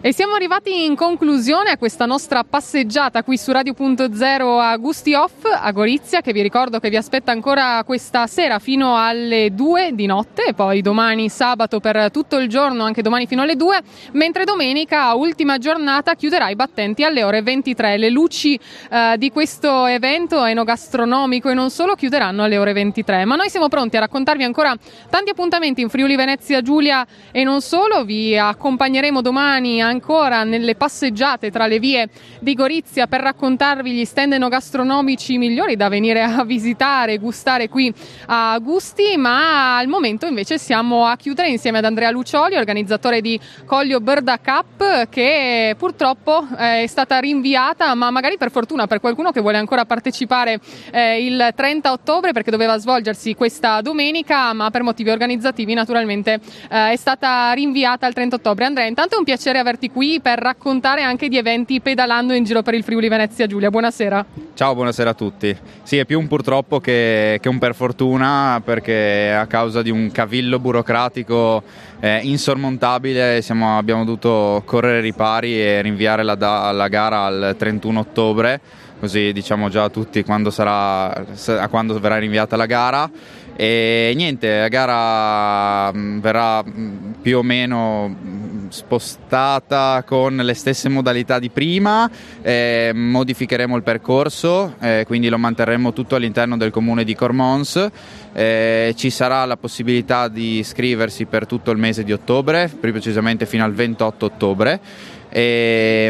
E siamo arrivati in conclusione a questa nostra passeggiata qui su Radio.0 a Gusti Off a Gorizia, che vi ricordo che vi aspetta ancora questa sera fino alle 2 di notte e poi domani sabato per tutto il giorno, anche domani fino alle 2, mentre domenica, ultima giornata, chiuderà i battenti alle ore 23. Le luci di questo evento enogastronomico e non solo chiuderanno alle ore 23, ma noi siamo pronti a raccontarvi ancora tanti appuntamenti in Friuli Venezia Giulia e non solo. Vi accompagneremo domani ancora nelle passeggiate tra le vie di Gorizia per raccontarvi gli stand enogastronomici migliori da venire a visitare e gustare qui a Gusti, ma al momento invece siamo a chiudere insieme ad Andrea Lucioli, organizzatore di Collio Birda Cup, che purtroppo è stata rinviata, ma magari per fortuna per qualcuno che vuole ancora partecipare il 30 ottobre, perché doveva svolgersi questa domenica, ma per motivi organizzativi naturalmente è stata rinviata al 30 ottobre. Andrea, intanto è un piacere averti qui per raccontare anche di eventi pedalando in giro per il Friuli Venezia Giulia. Buonasera. Ciao, buonasera a tutti. Sì, è più un purtroppo che un per fortuna, perché a causa di un cavillo burocratico insormontabile abbiamo dovuto correre ai ripari e rinviare la gara al 31 ottobre, così diciamo già a tutti a quando verrà rinviata la gara. E niente, la gara verrà più o meno spostata con le stesse modalità di prima, modificheremo il percorso, quindi lo manterremo tutto all'interno del comune di Cormons. Ci sarà la possibilità di iscriversi per tutto il mese di ottobre, più precisamente fino al 28 ottobre. E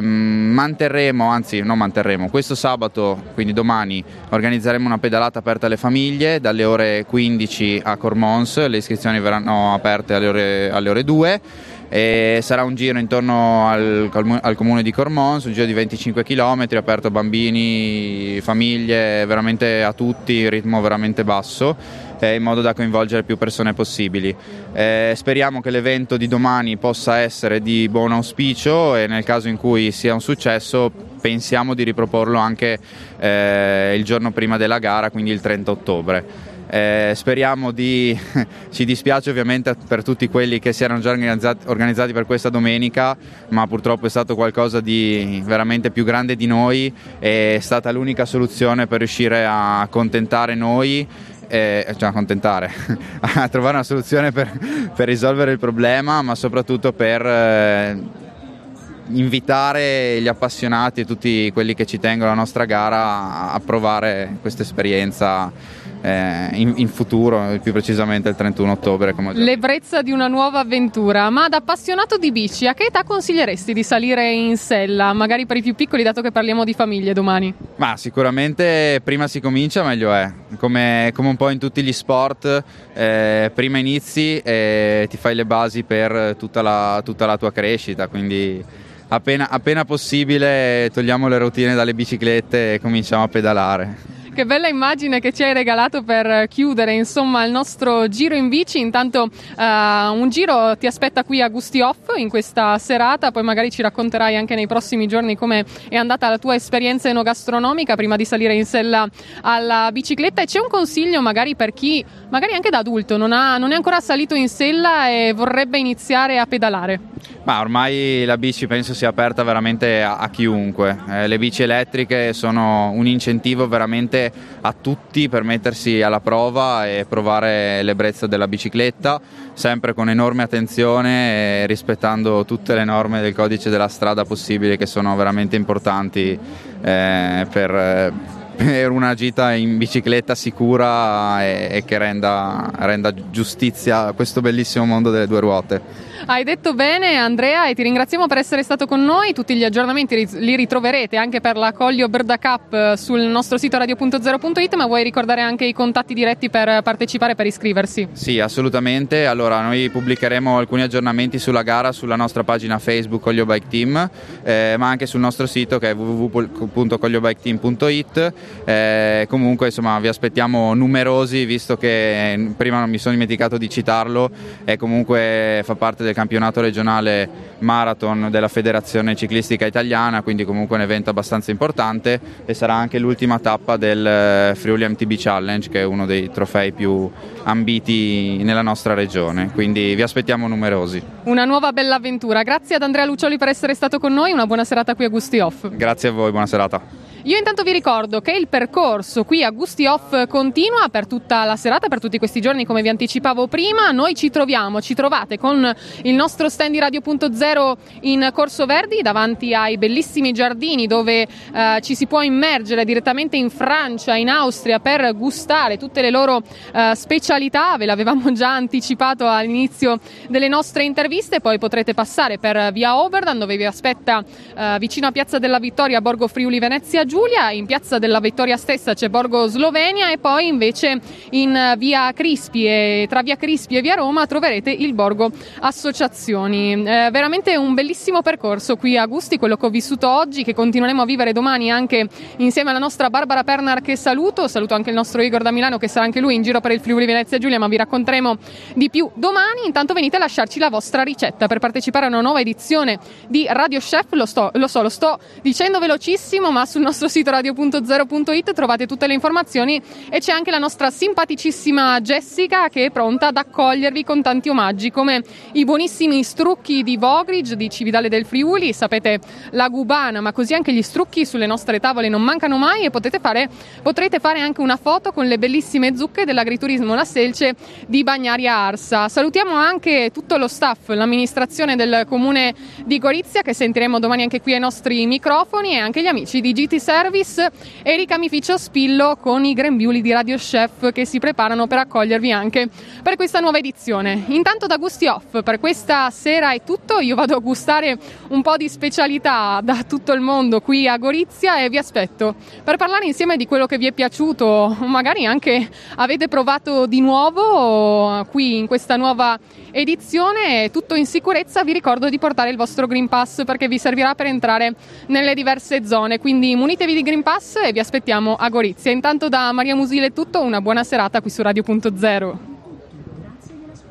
questo sabato, quindi domani, organizzeremo una pedalata aperta alle famiglie dalle ore 15 a Cormons. Le iscrizioni verranno aperte alle ore 2 e sarà un giro intorno al comune di Cormons, un giro di 25 km aperto a bambini, famiglie, veramente a tutti, ritmo veramente basso, in modo da coinvolgere più persone possibili. Speriamo che l'evento di domani possa essere di buon auspicio e nel caso in cui sia un successo pensiamo di riproporlo anche il giorno prima della gara, quindi il 30 ottobre. Ci dispiace ovviamente per tutti quelli che si erano già organizzati per questa domenica, ma purtroppo è stato qualcosa di veramente più grande di noi, è stata l'unica soluzione per riuscire a accontentare noi, a trovare una soluzione per risolvere il problema, ma soprattutto per invitare gli appassionati e tutti quelli che ci tengono alla nostra gara a provare questa esperienza in futuro, più precisamente il 31 ottobre. L'ebbrezza di una nuova avventura. Ma da appassionato di bici, a che età consiglieresti di salire in sella? Magari per i più piccoli, dato che parliamo di famiglie domani. Ma sicuramente prima si comincia meglio è, come un po' in tutti gli sport, prima inizi e ti fai le basi per tutta la tua crescita, quindi appena possibile togliamo le rotine dalle biciclette e cominciamo a pedalare. Che bella immagine che ci hai regalato per chiudere insomma il nostro giro in bici. Intanto un giro ti aspetta qui a Gusti Off in questa serata, poi magari ci racconterai anche nei prossimi giorni come è andata la tua esperienza enogastronomica prima di salire in sella alla bicicletta. E c'è un consiglio magari per chi magari anche da adulto non è ancora salito in sella e vorrebbe iniziare a pedalare? Ma ormai la bici penso sia aperta veramente a chiunque. Le bici elettriche sono un incentivo veramente a tutti per mettersi alla prova e provare l'ebbrezza della bicicletta, sempre con enorme attenzione e rispettando tutte le norme del codice della strada possibili, che sono veramente importanti per una gita in bicicletta sicura e che renda giustizia a questo bellissimo mondo delle due ruote. Hai detto bene, Andrea, e ti ringraziamo per essere stato con noi. Tutti gli aggiornamenti li ritroverete anche per la Collio Birda Cup sul nostro sito radio.0.it, ma vuoi ricordare anche i contatti diretti per partecipare, per iscriversi? Sì, assolutamente. Allora, noi pubblicheremo alcuni aggiornamenti sulla gara sulla nostra pagina Facebook Collio Bike Team, ma anche sul nostro sito che è www.collioBikeTeam.it. Comunque, insomma, vi aspettiamo numerosi, visto che prima non mi sono dimenticato di citarlo, e comunque fa parte del del campionato regionale marathon della Federazione Ciclistica Italiana, quindi comunque un evento abbastanza importante, e sarà anche l'ultima tappa del Friuli MTB Challenge, che è uno dei trofei più ambiti nella nostra regione, quindi vi aspettiamo numerosi. Una nuova bella avventura. Grazie ad Andrea Luccioli per essere stato con noi, una buona serata qui a Gusti Off. Grazie a voi, buona serata. Io intanto vi ricordo che il percorso qui a Gusti Off continua per tutta la serata, per tutti questi giorni, come vi anticipavo prima. Noi ci trovate con il nostro stand di Radio.0 in Corso Verdi, davanti ai bellissimi giardini dove ci si può immergere direttamente in Francia, in Austria, per gustare tutte le loro specialità. Ve l'avevamo già anticipato all'inizio delle nostre interviste. Poi potrete passare per via Oberdan, dove vi aspetta vicino a Piazza della Vittoria Borgo Friuli Venezia Giulia. In Piazza della Vittoria stessa c'è Borgo Slovenia, e poi invece in via Crispi e tra via Crispi e via Roma troverete il Borgo Associazioni. Veramente un bellissimo percorso qui a Gusti, quello che ho vissuto oggi, che continueremo a vivere domani anche insieme alla nostra Barbara Pernar, che saluto anche il nostro Igor da Milano, che sarà anche lui in giro per il Friuli Venezia Giulia, ma vi racconteremo di più domani. Intanto venite a lasciarci la vostra ricetta per partecipare a una nuova edizione di Radio Chef. Lo sto dicendo velocissimo, ma sul nostro sito radio.0.it trovate tutte le informazioni, e c'è anche la nostra simpaticissima Jessica, che è pronta ad accogliervi con tanti omaggi, come i buonissimi strucchi di Vogridge di Cividale del Friuli. Sapete, la gubana, ma così anche gli strucchi sulle nostre tavole non mancano mai, e potrete fare anche una foto con le bellissime zucche dell'agriturismo La Selce di Bagnaria Arsa. Salutiamo anche tutto lo staff, l'amministrazione del comune di Gorizia, che sentiremo domani anche qui ai nostri microfoni, e anche gli amici di GT Service, Erika Mificio Spillo con i grembiuli di Radio Chef, che si preparano per accogliervi anche per questa nuova edizione. Intanto da Gusti Off per questa sera è tutto. Io vado a gustare un po' di specialità da tutto il mondo qui a Gorizia, e vi aspetto per parlare insieme di quello che vi è piaciuto, o magari anche avete provato di nuovo qui in questa nuova edizione. Tutto in sicurezza. Vi ricordo di portare il vostro Green Pass, perché vi servirà per entrare nelle diverse zone, quindi munitevi di Green Pass e vi aspettiamo a Gorizia. Intanto da Maria Musile è tutto, una buona serata qui su Radio.0.